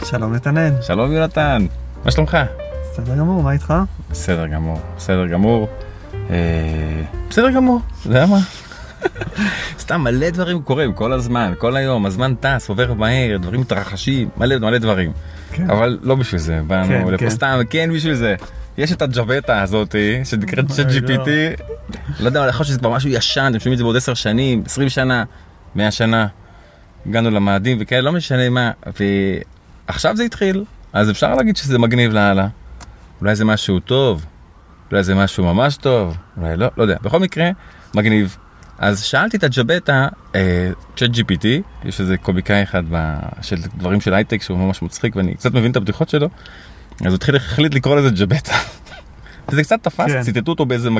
שלום נתנאל. שלום יונתן, מה שלומך? בסדר גמור, מה איתך? בסדר גמור. בסדר גמור, אתה יודע מה? סתם מלא דברים קורים כל הזמן, כל היום, הזמן טס, עובר מהר, דברים מתרחשים, מלא דברים. כן. אבל לא בשביל זה, באנו לפה סתם, כן בשביל זה. יש את הג'בטה הזאת, שנקראת ChatGPT, לא יודע, אני חושב שזה כבר משהו ישן, אתם שומעים את זה בעוד 10 שנים, 20 שנה, 100 שנה, הגענו למאדים וכאלה, לא משנה מה, ועכשיו זה התחיל, אז אפשר להגיד שזה מגניב להלאה. אולי זה משהו טוב, אולי זה משהו ממש טוב, אולי לא יודע. בכל מקרה, מגניב. אז שאלתי את הג'בטה, ChatGPT, יש איזה קומיקאי אחד של דברים של הייטק שהוא ממש מצחיק, ואני קצת מבין את הבדיחות שלו, אז הוא החליט לקרוא לזה ג'בטה. וזה קצת תפס, ציטטו אותו באיזה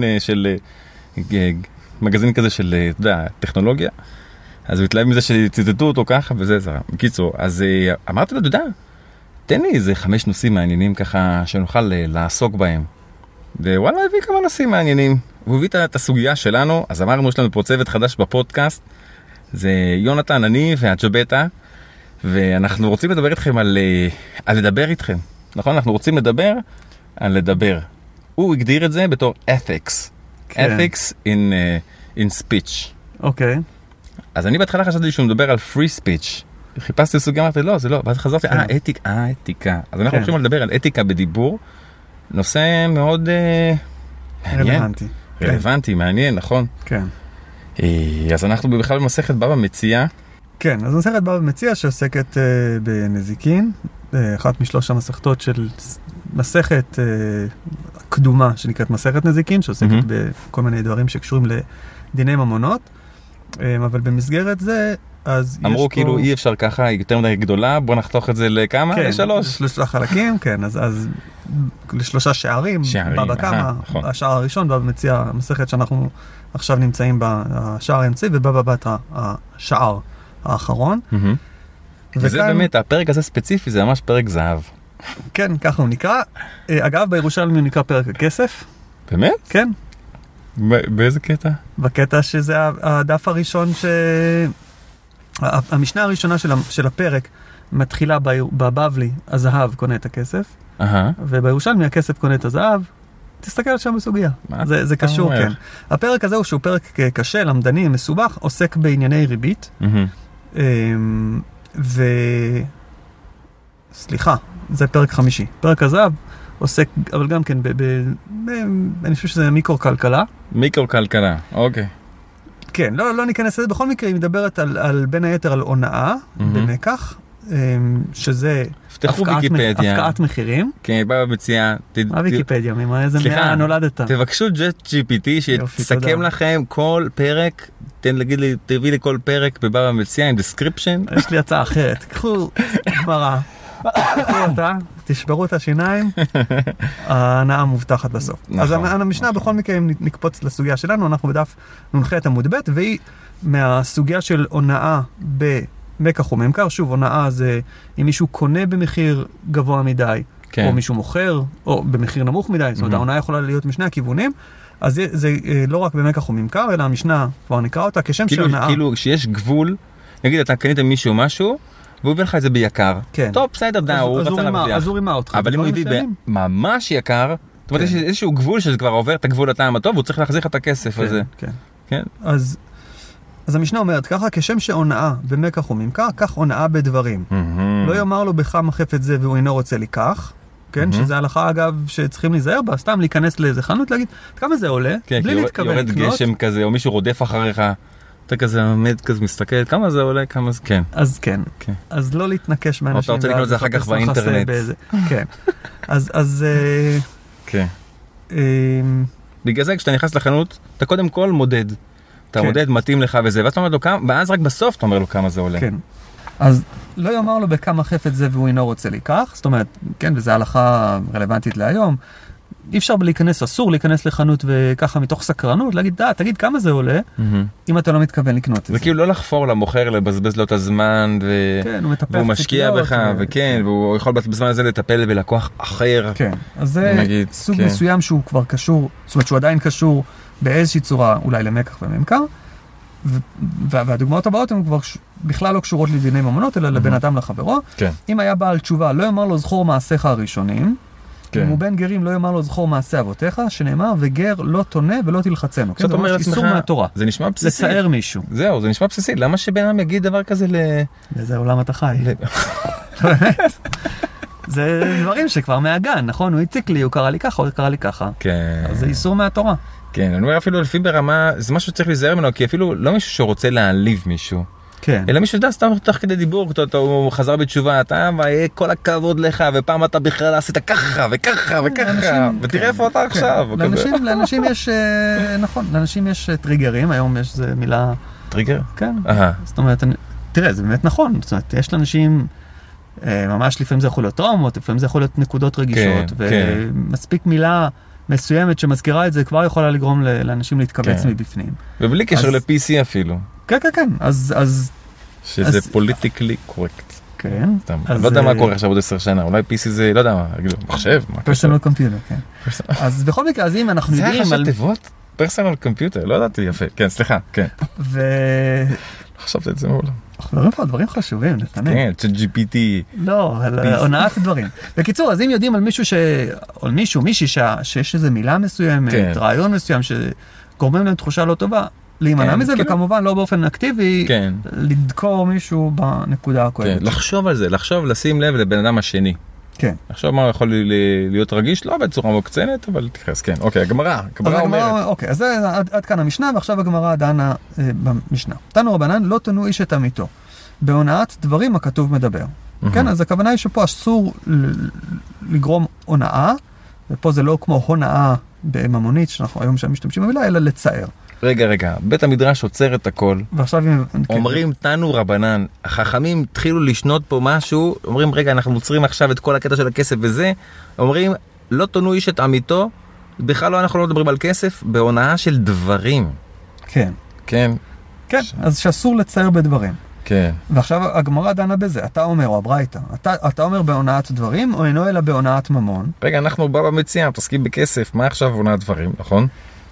מגזין כזה של, אתה יודע, טכנולוגיה. אז הוא התלהב מזה שציטטו אותו ככה, וזה זרה. בקיצור, אז אמרתי לו, אתה יודע, תן לי איזה 5 נושאים מעניינים ככה, שנוכל לעסוק בהם. ווואלה, הביא כמה נושאים מעניינים. הוא הביא את הסוגיה שלנו, אז אמרנו, יש לנו פה צוות חדש בפודקאסט. זה יונתן, אני והג'בטה, ואנחנו רוצים לדבר איתכם על לדבר איתכם. נכון? אנחנו רוצים לדבר על לדבר. הוא הגדיר את זה בתור ethics. כן. ethics in speech. אוקיי. אז אני בהתחלה חשבתי שהוא מדבר על free speech. חיפשתי סוגיה, אמרתי, לא, זה לא. ואז חזרתי, אתיקה. אז אנחנו הולכים לדבר על אתיקה בדיבור. נושא מאוד מעניין. רלוונטי, מעניין, נכון? כן. אז אנחנו בכלל במסכת בבא מציעא. כן, אז מסכת בבא מציעא שעוסקת בנזיקין, אחת משלוש המסכתות של מסכת קדומה שנקראת מסכת נזיקין, שעוסקת בכל מיני דברים שקשורים לדיני ממונות, אבל במסגרת זה, אז אמרו כאילו אי אפשר ככה, היא יותר מדי גדולה, בוא נחתוך את זה לכמה? כן, ל3. ל3 חלקים, כן, אז ל3 שערים, בבא קמא, נכון. השער הראשון, בבא מציעא, המסכת שאנחנו עכשיו נמצאים בשער האמצעי, ובבא בתרא, השער האחרון. וזה באמת, הפרק הזה ספציפי, זה ממש פרק זהב. כן, ככה הוא נקרא. אגב, בירושלמי הוא נקרא פרק הכסף. באמת? כן. באיזה קטע? בקטע שזה הדף הראשון המשנה הראשונה של הפרק מתחילה בבבלי, הזהב קונה את הכסף, ובירושלמי הכסף קונה את הזהב. תסתכל שם בסוגיה. זה קשור, כן. הפרק הזה שהוא פרק קשה, למדני, מסובך, עוסק בענייני ריבית. סליחה, זה פרק 5. פרק הזהב עוסק, אבל גם כן, אני חושב שזה מיקרו-כלכלה. מיקרו-כלכלה, אוקיי. כן, לא ניכנס לזה. בכל מקרה, היא מדברת בין היתר על הונאה, במקח, שזה הפקעת מחירים. כן, בבא מציעא. מה ויקיפדיה? איזה מאה נולדת? תבקשו ChatGPT שיסכם לכם כל פרק, תביא לי כל פרק בבבא מציעא עם description. יש לי הצעה אחרת. קחו גמרא. תשברו את השיניים, ההנאה מובטחת בסוף. אז המשנה בכל מקרה, אם נקפוץ לסוגיה שלנו, אנחנו בדף נ"ח עמוד ב', והיא מהסוגיה של הונאה במקח וממכר. שוב, הונאה זה אם מישהו קונה במחיר גבוה מדי, או מישהו מוכר, או במחיר נמוך מדי. זאת אומרת, ההונאה יכולה להיות משני הכיוונים. אז זה לא רק במקח וממכר, אלא המשנה, כבר נקרא אותה, כשם שהונאה. כאילו, שיש גבול, נגיד, אתה קנית מישהו משהו, והוא הביא לך את זה ביקר. כן. טוב, בסדר, הוא רצה להרוויח. אז הוא רימה אותך. אבל אם הוא הביא ממש יקר, זאת אומרת, יש איזשהו גבול שזה כבר עובר את הגבול הטעם הטוב, הוא צריך להחזיר לך את הכסף הזה. כן. אז המשנה אומרת ככה, כשם שהונאה במקח וממכר, כך הונאה בדברים. לא יאמר לו בכמה חפץ זה והוא אינו רוצה לקח, כן? שזה הלכה אגב שצריכים להיזהר בה, סתם להיכנס לאיזה חנות, להגיד, כמה זה עולה? בלי להתכוון לקנות. יורד גשם כזה, או מישהו רודף אחריך. אתה כזה עומד, כזה מסתכל, כמה זה עולה, כמה זה, כן. אז כן. אז לא להתנקש מאנשים. אתה רוצה לקנות את זה אחר כך באינטרנט. כן. אז כן. בגלל זה, כשאתה נכנס לחנות, אתה קודם כל מודד. אתה מודד, מתאים לך וזה, ואז אתה אומר לו כמה, ואז רק בסוף אתה אומר לו כמה זה עולה. כן. אז לא יאמר לו בכמה חפץ זה והוא אינו רוצה לקח, זאת אומרת, כן, וזו הלכה רלוונטית להיום. אי אפשר להיכנס, אסור להיכנס לחנות וככה מתוך סקרנות, להגיד, תגיד כמה זה עולה, אם אתה לא מתכוון לקנות את זה. וכאילו לא לחפור למוכר, לבזבז לו את הזמן, והוא משקיע בך, וכן, והוא יכול בזמן הזה לטפל בלקוח אחר. כן, אז זה סוג מסוים שהוא כבר קשור, זאת אומרת שהוא עדיין קשור באיזושהי צורה, אולי למקח וממכר, והדוגמאות הבאות הן כבר בכלל לא קשורות לדיני ממונות, אלא לבן אדם לחברו. אם היה בעל תשובה, לא יאמר לו זכור מעשיך הראשונים, אם הוא בן גרים, לא יאמר לו זכור מעשי אבותיך, שנאמר, וגר לא תונה ולא תלחצנו. זאת אומרת איסור מהתורה. זה נשמע בסיסי. לצער מישהו. זהו, זה נשמע בסיסי. למה שבן אדם יגיד דבר כזה באיזה עולם אתה חי? זה דברים שכבר מהגן, נכון? הוא הציק לי, הוא קרא לי ככה, הוא קרא לי ככה. כן. אז זה איסור מהתורה. כן, אני אומר אפילו לפי ברמה, זה משהו שצריך להיזהר ממנו, כי אפילו לא מישהו שרוצה להעליב מישהו. כן. אלא מישהו שדע סתם תוך כדי דיבור, הוא חזר בתשובה, אתה, כל הכבוד לך, ופעם אתה בכלל עשית ככה וככה וככה, ותראה איפה אתה עכשיו. לאנשים יש, נכון, לאנשים יש טריגרים, היום יש זה מילה... טריגר? כן. זאת אומרת, תראה, זה באמת נכון, זאת אומרת, יש לאנשים... ממש לפעמים זה יכול להיות טראומות, לפעמים זה יכול להיות נקודות רגישות, ומספיק מילה מסוימת שמזכירה את זה, כבר יכולה לגרום לאנשים להתקבץ מבפנים. ובלי קשר ל-PC אפילו. כן, כן, כן. אז... שזה פוליטיקלי קורקט. כן. אני לא יודע מה קורה עכשיו עוד 10 שנה, אולי PC זה, לא יודע מה, מחשב. פרסונל קומפיוטר, כן. אז בכל מקרה, אז אם אנחנו יודעים... זה היה תיבות? פרסונל קומפיוטר, לא ידעתי יפה. כן, סליחה, כן. חשבתי את זה מעולם. אנחנו מדברים פה דברים חשובים, נתנאל. כן, ChatGPT. לא, על הונאת דברים. בקיצור, אז אם יודעים על מישהו או מישהי שיש איזו מילה מסוימת, רעיון מסוים שגורמים להם תחושה לא טובה, להימנע מזה, וכמובן לא באופן אקטיבי, לדקור מישהו בנקודה הכואבת. לחשוב על זה, לשים לב לבן אדם השני. כן. עכשיו מה יכול להיות רגיש? לא בצורה מוקצנת, אבל תתייחס, כן. אוקיי, הגמרא אומרת. אוקיי, אז עד כאן המשנה, ועכשיו הגמרא דנה במשנה. תנו רבנן, לא תנו איש את עמיתו. בהונאת דברים הכתוב מדבר. כן, אז הכוונה היא שפה אסור לגרום הונאה, ופה זה לא כמו הונאה בממונית, שאנחנו היום שם משתמשים במילה, אלא לצער. רגע, בית המדרש עוצר את הכל. ועכשיו אומרים, תנו רבנן, החכמים התחילו לשנות פה משהו, אומרים, רגע, אנחנו מוצרים עכשיו את כל הקטע של הכסף וזה, אומרים, לא תנו איש את עמיתו, בכלל לא, אנחנו לא מדברים על כסף, בהונאה של דברים. כן. כן. כן, אז שאסור לצייר בדברים. כן. ועכשיו הגמרא דנה בזה, אתה אומר, או הברייתא, אתה אומר בהונאת דברים, או אינו אלא בהונאת ממון? רגע, אנחנו בא במציאה, מתעסקים בכסף, מה עכשיו הונאת דברים, נכון?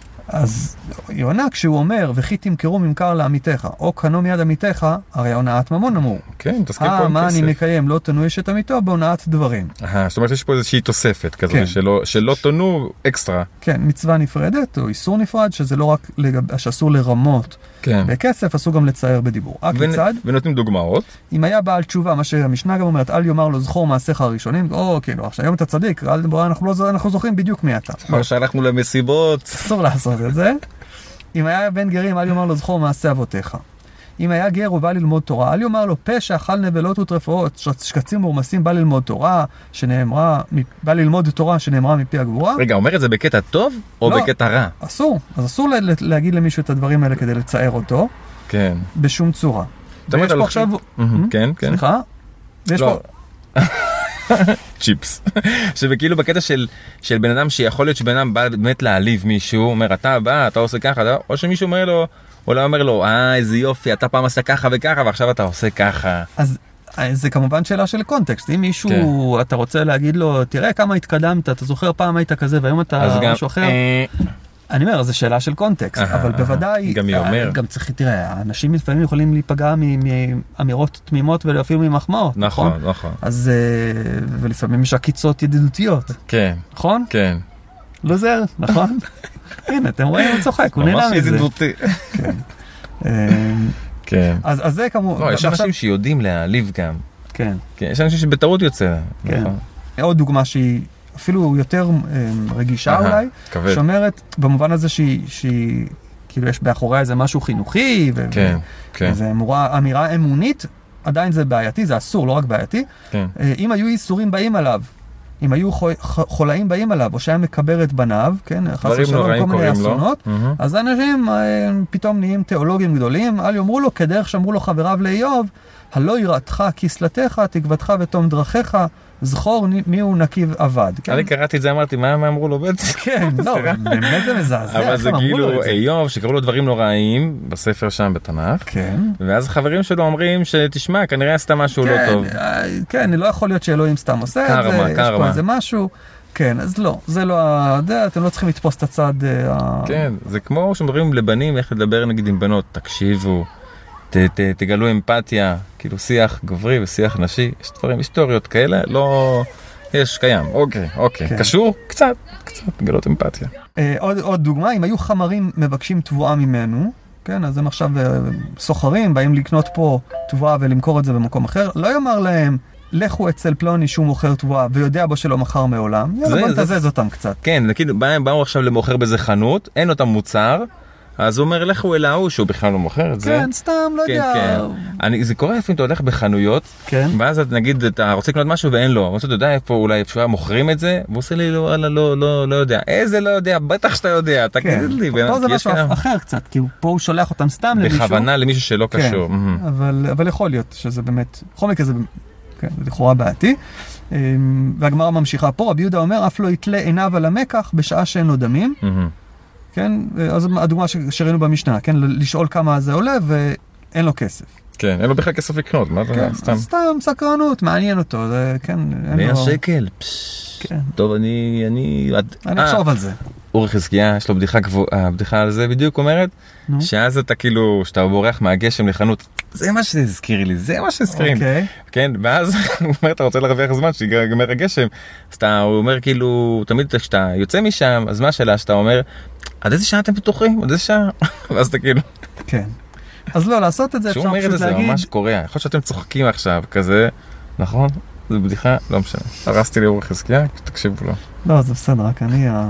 אז יונה, כשהוא אומר, וכי תמכרו ממכר לעמיתך, או קנו מיד עמיתך, הרי הונאת ממון אמור. כן, תסכים פה עם כסף. מה אני מקיים, לא תנו איש את עמיתו, בהונאת דברים. זאת אומרת, יש פה איזושהי תוספת כזאת, שלא תנו אקסטרה. כן, מצווה נפרדת, או איסור נפרד, שזה לא רק שאסור לרמות בכסף, אסור גם לצייר בדיבור. ונותנים דוגמאות. אם היה בעל תשובה, מה שהמשנה גם אומרת, אל יאמר לו זכור מעשיך הראשונים, או כאילו, עכשיו היום אתה צדיק, אנחנו זוכרים בדיוק מי אתה. כבר שהלכנו למסיבות. אסור לעשות את זה. אם היה בן גרים, אל יאמר לו זכור מעשי אבותיך. אם היה גר ובא ללמוד תורה, אל יאמר לו פשע, אכל נבלות וטרפות, שקצים מורמסים, בא ללמוד תורה, בא ללמוד תורה שנאמרה מפי הגבורה. רגע, אומר את זה בקטע טוב או בקטע רע? אסור. אז אסור להגיד למישהו את הדברים האלה כדי לצייר אותו. כן. בשום צורה. ויש פה עכשיו... כן, כן. סליחה? יש פה... צ'יפס. שבכאילו בקטע של בן אדם שיכול להיות שבן אדם בא באמת להעליב מישהו, אומר אתה בא, אתה עושה ככה, או שמישהו אומר לו, אולי אומר לו, איזה יופי, אתה פעם עושה ככה וככה, ועכשיו אתה עושה ככה. אז זה כמובן שאלה של קונטקסט. אם מישהו, אתה רוצה להגיד לו, תראה כמה התקדמת, אתה זוכר פעם היית כזה, והיום אתה משהו אחר. אני אומר, זו שאלה של קונטקסט, אבל בוודאי, גם צריך, תראה, אנשים לפעמים יכולים להיפגע מאמירות תמימות ואפילו ממחמאות, נכון? נכון. אז, ולפעמים יש עקיצות ידידותיות. כן. נכון? כן. לא זר, נכון? הנה, אתם רואים, הוא צוחק, הוא נהנה מזה. ממש ידידותי. כן. כן. אז זה כמובן... לא, יש אנשים שיודעים להעליב גם. כן. יש אנשים שבטעות יוצא. כן. עוד דוגמה שהיא אפילו יותר רגישה אולי, שאומרת במובן הזה שהיא כאילו יש באחוריה איזה משהו חינוכי, וזה אמירה אמונית, עדיין זה בעייתי, זה אסור, לא רק בעייתי. אם היו איסורים באים עליו, אם היו חולאים באים עליו, או שהיה מקבר את בניו, כן, חס ושלום, כל מיני אסונות, אז האנשים פתאום נהיים תיאולוגים גדולים, אל יאמרו לו, כדרך שאמרו לו חבריו לאיוב, הלא יראתך כסלתך, תקוותך ותום דרכיך, זכור מי הוא נקיב עבד. אני קראתי את זה, אמרתי, מה אמרו לו בעצם? כן, לא, באמת זה מזעזע. אבל זה כאילו איוב, שקראו לו דברים נוראיים, בספר שם בתנ"ך, ואז חברים שלו אומרים שתשמע, כנראה עשתה משהו לא טוב. כן, לא יכול להיות שאלוהים סתם עושה את זה, יש פה איזה משהו. כן, אז לא, זה לא, אתם לא צריכים לתפוס את הצד. כן, זה כמו שמדברים לבנים, איך לדבר נגיד עם בנות, תקשיבו, תגלו אמפתיה, כאילו שיח גברי ושיח נשי, יש דברים, היסטוריות כאלה, לא, יש, קיים, אוקיי, קשור, קצת, גלות אמפתיה. עוד דוגמה, אם היו חמרים מבקשים תבואה ממנו, כן, אז הם עכשיו סוחרים, באים לקנות פה תבואה ולמכור את זה במקום אחר, לא יאמר להם, לכו אצל פלוני שהוא מוכר תבואה ויודע בו שלא מכר מעולם, יאללה בוא נתזז אותם קצת. כן, באו עכשיו למוכר באיזה חנות, אין אותם מוצר, אז הוא אומר, לכו אל ההוא שהוא בכלל לא מוכר את זה. כן, סתם, לא יודע. זה קורה לפעמים, אתה הולך בחנויות, ואז נגיד, אתה רוצה לקנות משהו ואין לו, אתה יודע איפה אולי אפשר מוכרים את זה, והוא עושה לי, לא יודע. איזה לא יודע, בטח שאתה יודע, תגיד לי. פה זה משהו אחר קצת, כי פה הוא שולח אותם סתם למישהו. בכוונה למישהו שלא קשור. אבל יכול להיות שזה באמת, בכל מקרה זה לכאורה בעייתי. והגמרא ממשיכה פה, רבי יהודה אומר, אף לא יתלה עיניו על המקח בשעה שאין לו דמים. כן, אז הדוגמה שראינו במשנה, כן, לשאול כמה זה עולה ואין לו כסף. כן, אין לו בכלל כסף לקנות, מה זה? סתם סקרנות, מעניין אותו, זה כן, 100 שקל, טוב, אני אחשוב על זה. אורי חזקיה, יש לו הבדיחה על זה בדיוק אומרת, שאז אתה כאילו, שאתה בורח מהגשם לחנות, זה מה שהזכירי לי, כן, ואז הוא אומר, אתה רוצה להרוויח זמן שיגמר הגשם, אז הוא אומר כאילו, תמיד כשאתה יוצא משם, אז מה השאלה שאתה אומר, עד איזה שעה אתם פתוחים? עד איזה שעה? ואז אתה כאילו... כן. אז לא, לעשות את זה, אפשר פשוט להגיד... שהוא אומר את זה, ממש קורא. יכול להיות שאתם צוחקים עכשיו, כזה, נכון? זו בדיחה, לא משנה. הרסתי לי אורי חזקיה, תקשיבו לו. לא, זה בסדר, רק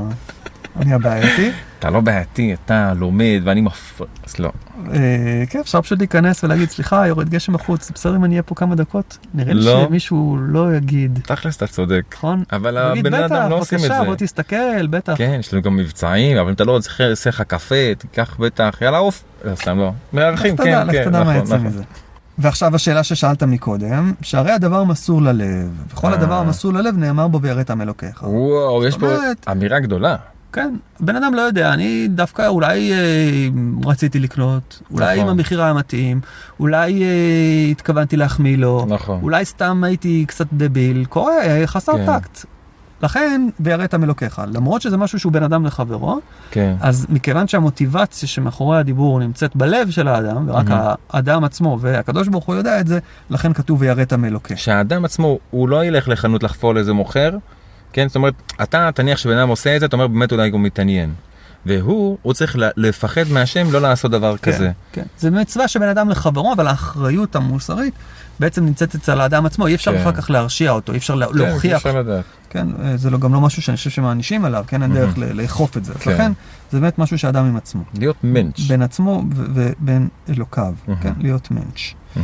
אני הבעייתי. אתה לא בעייתי, אתה לומד, ואני אז לא. כן, אפשר פשוט להיכנס ולהגיד, סליחה, יורד גשם בחוץ, בסדר אם אני אהיה פה כמה דקות? נראה לי שמישהו לא יגיד. תכלס, אתה צודק. נכון? אבל הבן אדם לא עושים את זה. בבקשה, בוא תסתכל, בטח. כן, יש לנו גם מבצעים, אבל אם אתה לא רוצה לך קפה, תיקח בטח, יאללה עוף. סתם לא. מארחים, כן, נכון. ועכשיו השאלה ששאלת מקודם, שהרי הדבר מסור ללב, וכל הדבר המסור ללב נאמר בו ויראת עם אלוקיך. וואו, יש פה אמירה גדולה. כן, בן אדם לא יודע, אני דווקא אולי רציתי לקנות, אולי עם המחיר המתאים, אולי התכוונתי להחמיא לו, אולי סתם הייתי קצת דביל, קורה, חסר טקט. לכן, ויראת עם אלוקיך, למרות שזה משהו שהוא בן אדם לחברו, אז מכיוון שהמוטיבציה שמאחורי הדיבור נמצאת בלב של האדם, ורק האדם עצמו והקדוש ברוך הוא יודע את זה, לכן כתוב ויראת עם אלוקיך. שהאדם עצמו, הוא לא ילך לחנות לחפור לאיזה מוכר, כן, זאת אומרת, אתה תניח שבן אדם עושה את זה, אתה אומר, באמת אולי הוא מתעניין. והוא צריך לפחד מהשם, לא לעשות דבר כזה. כן, זה מצווה שבן אדם לחברו, אבל האחריות המוסרית בעצם נמצאת אצל האדם עצמו, אי אפשר אחר כך להרשיע אותו, אי אפשר להוכיח. כן, זה גם לא משהו שאני חושב שמענישים עליו, כן, אין דרך לאכוף את זה. לכן, זה באמת משהו שאדם עם עצמו. להיות מנץ'. בין עצמו ובין אלוקיו, כן, להיות מנץ'.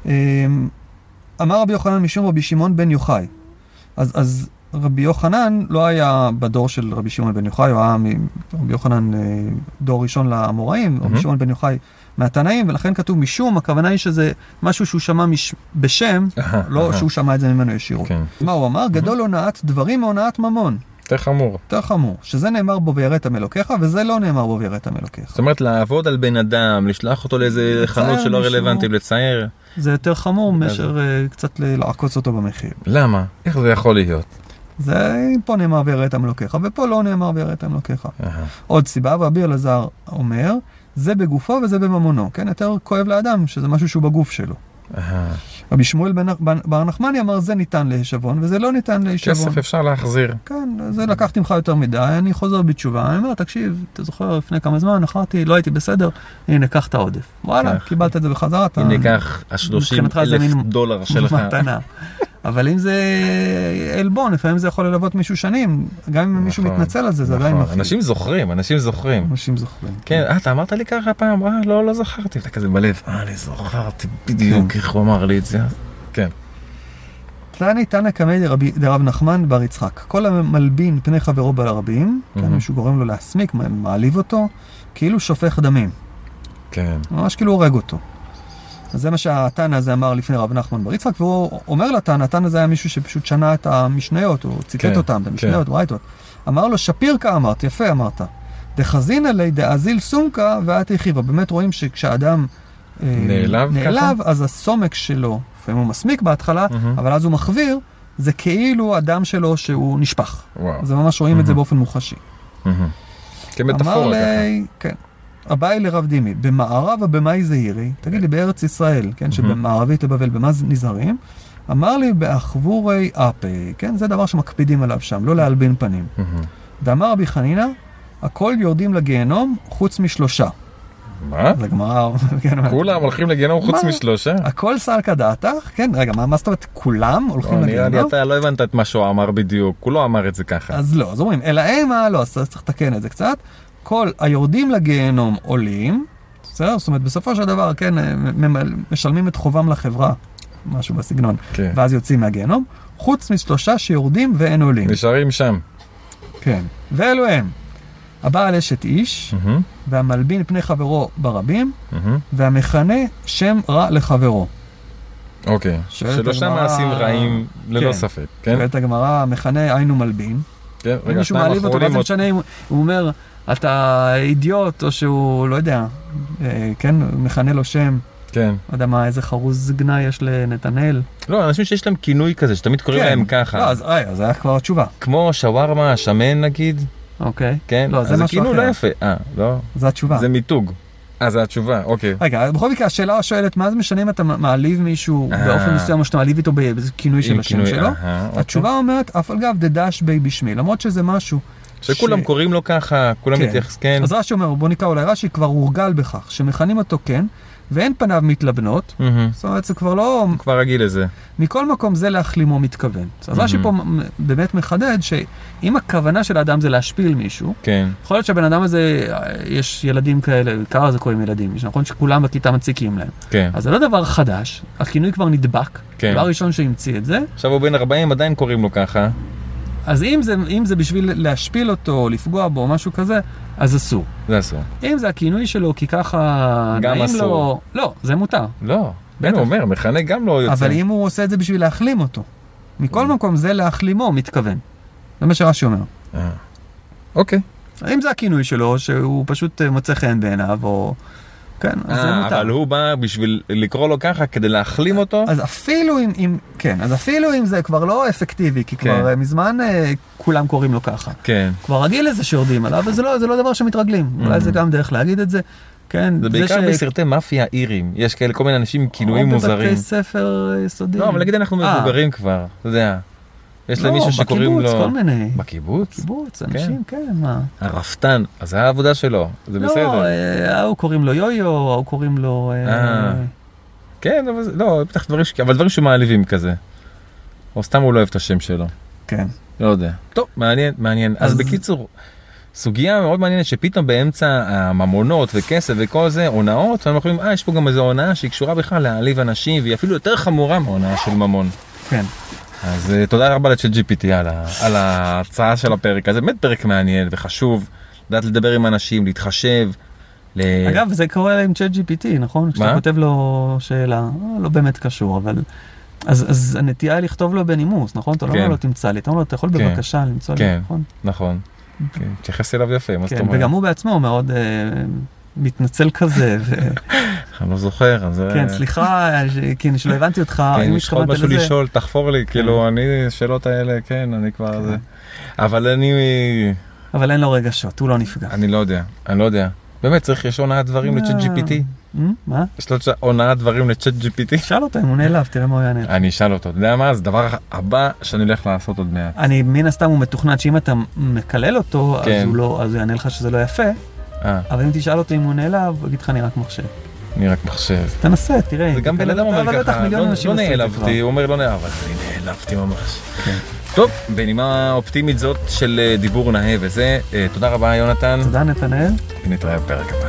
אמר רבי יוחנן משום רבי שמעון בן יוחאי. אז רבי יוחנן לא היה בדור של רבי שמעון בן יוחאי, הוא היה רבי יוחנן דור ראשון לאמוראים, רבי שמעון בן יוחאי מהתנאים, ולכן כתוב משום, הכוונה היא שזה משהו שהוא שמע בשם, לא שהוא שמע את זה ממנו ישירות. מה הוא אמר? גדול הונאת דברים מהונאת ממון. יותר חמור. שזה נאמר בו ויראת עם אלוקיך, וזה לא נאמר בו ויראת עם אלוקיך. זאת אומרת, לעבוד על בן אדם, לשלוח אותו לאיזה חנות שלא רלוונטי, לצייר. זה יותר חמור מאשר קצת לעקוץ אותו במחיר. למה? איך זה יכול להיות? זה פה נאמר ויראת עם אלוקיך, ופה לא נאמר ויראת עם אלוקיך. עוד סיבה, רבי אלעזר אומר, זה בגופו וזה בממונו, כן? יותר כואב לאדם, שזה משהו שהוא בגוף שלו. רבי שמואל בר נחמני אמר, זה ניתן להישבון, וזה לא ניתן להישבון. כסף אפשר להחזיר. כן, זה לקחתי ממך יותר מדי, אני חוזר בתשובה, אני אומר, תקשיב, אתה זוכר, לפני כמה זמן, נחרתי, לא הייתי בסדר, הנה, קח את העודף. וואלה, קיבלת את זה בחזרה. הנה, קח $30,000 שלך. מתנה. אבל אם זה אלבון, לפעמים זה יכול ללוות מישהו שנים, גם אם מישהו מתנצל על זה, זה עדיין מפחיד. אנשים זוכרים. כן, אתה אמרת לי ככה פעם, לא זכרתי, אתה כזה בלב, אני זוכרתי בדיוק איך הוא אמר לי את זה. כן. תלני תנא קמי דרב נחמן בר יצחק. כל המלבין פני חברו ברבים, מישהו גורם לו להסמיק, מעליב אותו, כאילו שופך דמים. כן. ממש כאילו הורג אותו. אז זה מה שהתנא הזה אמר לפני רב נחמן בר יצחק, והוא אומר לתנא, התנא הזה היה מישהו שפשוט שנה את המשניות, הוא ציטט אותם, את המשניות, ברייתות. אמר לו, שפירקה אמרת, יפה אמרת. דחזינא ליה דאזיל סומקה ואת יחיבה. באמת רואים שכשאדם נעלב, אז הסומק שלו, לפעמים הוא מסמיק בהתחלה, אבל אז הוא מחוויר, זה כאילו הדם שלו שהוא נשפך. אז ממש רואים את זה באופן מוחשי. כמטאפורה ככה. כן. אביי לרב דימי, במערב ובמאי זהירי, תגיד לי, בארץ ישראל, כן, שבמערבית לבבל, במה נזהרים, אמר לי, באחבורי אפי, כן, זה דבר שמקפידים עליו שם, לא להלבין פנים. ואמר רבי חנינא, הכל יורדים לגיהנום חוץ משלושה. מה? זה גמרא. כולם הולכים לגיהנום חוץ משלושה? הכל סלקא דעתך, כן, רגע, מה זאת אומרת, כולם הולכים לגיהנום? נראה לי, אתה לא הבנת את מה שהוא אמר בדיוק, הוא לא אמר את זה ככה. אז לא, אז אומרים, אלא אימה, לא, אז צריך לתקן את זה קצת. כל היורדים לגיהנום עולים, בסדר? זאת אומרת, בסופו של דבר, כן, משלמים את חובם לחברה, משהו בסגנון, ואז יוצאים מהגיהנום, חוץ משלושה שיורדים ואין עולים. נשארים שם. כן, ואלו הם, הבעל אשת איש, והמלבין פני חברו ברבים, והמכנה שם רע לחברו. אוקיי, שלושה מעשים רעים ללא ספק, כן? ואת הגמרא, המכנה היינו מלבין, כן, רגע, מישהו מעליב אותו, ואז משנה אם הוא אומר, אתה אידיוט, או שהוא, לא יודע, כן, מכנה לו שם. כן. לא יודע מה, איזה חרוז גנאי יש לנתנאל. לא, אנשים שיש להם כינוי כזה, שתמיד קוראים להם ככה. לא, אז זה היה כבר התשובה. כמו שווארמה, שמן נגיד. אוקיי. כן, לא, זה כינוי לא יפה. לא. זה התשובה. זה מיתוג. זה התשובה, אוקיי. רגע, בכל מקרה, השאלה שואלת, מה זה משנה אם אתה מעליב מישהו באופן מסוים, או שאתה מעליב איתו באיזה כינוי של השם שלו? התשובה אומרת, אף על גב דדש בי בשמי, למרות שזה משהו שכולם קוראים לו ככה, כולם מתייחס, כן. אז רש"י אומר, בוא נקרא אולי רש"י כבר הורגל בכך, שמכנים אותו כן, ואין פניו מתלבנות, זאת אומרת, זה כבר לא... הוא כבר רגיל לזה. מכל מקום זה להחלימו מתכוון. אז רש"י פה באמת מחדד שאם הכוונה של האדם זה להשפיל מישהו, יכול להיות שהבן אדם הזה, יש ילדים כאלה, בעיקר זה קוראים ילדים, נכון שכולם בכיתה מציקים להם. אז זה לא דבר חדש, הכינוי כבר נדבק, דבר ראשון שהמציא את זה. עכשיו הוא בן 40 עדיין קוראים לו ככה. אז אם זה בשביל להשפיל אותו, לפגוע בו, משהו כזה, אז אסור. זה אסור. אם זה הכינוי שלו, כי ככה גם אסור. לו... לא, זה מותר. לא, בטח. הוא אומר, מכנה גם לא יוצא. אבל אם הוא עושה את זה בשביל להחלים אותו, מכל מקום זה להחלימו מתכוון. זה מה שרש"י אומר. אוקיי. אם זה הכינוי שלו, שהוא פשוט מוצא חן בעיניו, או... כן, אז זה מותר. אבל הוא בא בשביל לקרוא לו ככה, כדי להחלים אותו? אז אפילו אם זה כבר לא אפקטיבי, כי כבר מזמן כולם קוראים לו ככה. כן. כבר רגיל לזה שיורדים עליו, וזה לא דבר שמתרגלים. אולי זה גם דרך להגיד את זה. כן. זה בעיקר בסרטי מאפיה אירים. יש כאלה כל מיני אנשים עם כינויים מוזרים. או בבתי ספר יסודיים. לא, אבל נגיד אנחנו מבוגרים כבר, אתה יודע. יש למישהו שקוראים לו... בקיבוץ, כל מיני. בקיבוץ? בקיבוץ, אנשים, כן, מה? הרפתן, אז זה העבודה שלו, זה בסדר. לא, הוא קוראים לו יויו, הוא קוראים לו... כן, לא, בטח דברים שמעליבים כזה. או סתם הוא לא אוהב את השם שלו. כן. לא יודע. טוב, מעניין. אז בקיצור, סוגיה מאוד מעניינת שפתאום באמצע הממונות וכסף וכל זה, הונאות, ואנחנו חושבים, יש פה גם איזו הונאה שהיא קשורה בכלל להעליב אנשים, והיא אפילו יותר חמורה מההונאה של ממון. כן. אז תודה רבה ל-ChatGPT על ההצעה של הפרק. אז זה באמת פרק מעניין וחשוב, לדעת לדבר עם אנשים, להתחשב. אגב, זה קורה עם ChatGPT, נכון? כשאתה כותב לו שאלה, לא באמת קשור, אבל... אז הנטייה היא לכתוב לו בנימוס, נכון? אתה לא אומר לו תמצא לי, אתה אומר לו, אתה יכול בבקשה למצוא לי, נכון? נכון. תייחס אליו יפה, מה זאת אומרת? וגם הוא בעצמו מאוד מתנצל כזה. אני לא זוכר. כן, סליחה, שלא הבנתי אותך. כן, יש עוד משהו לשאול, תחפור לי, כאילו, שאלות האלה, כן, אני כבר זה. אבל אין לו רגשות, הוא לא נפגע. אני לא יודע. באמת, יש הונאת דברים ל-ChatGPT. מה? יש לו הונאת דברים ל-ChatGPT. שאל אותו אם הוא נעלב, תראה מה הוא יענה. אני אשאל אותו. אתה יודע מה? זה הדבר הבא שאני הולך לעשות עוד מעט. מן הסתם הוא מתוכנת שאם אתה מקלל אותו, אז הוא יענה לך שזה לא יפה. אבל אם תשאל אותו אם הוא נעלב, הוא יגיד לך אני רק מחשב. אני רק מחשב. תנסה, תראה. זה גם בן אדם אומר ככה, לא נעלבתי, הוא אומר לא נעלב, אבל אני נעלבתי ממש. טוב, בנימה אופטימית זאת של דיבור נאה וזה, תודה רבה יונתן. תודה נתנאל. ונתראה בפרק הבא.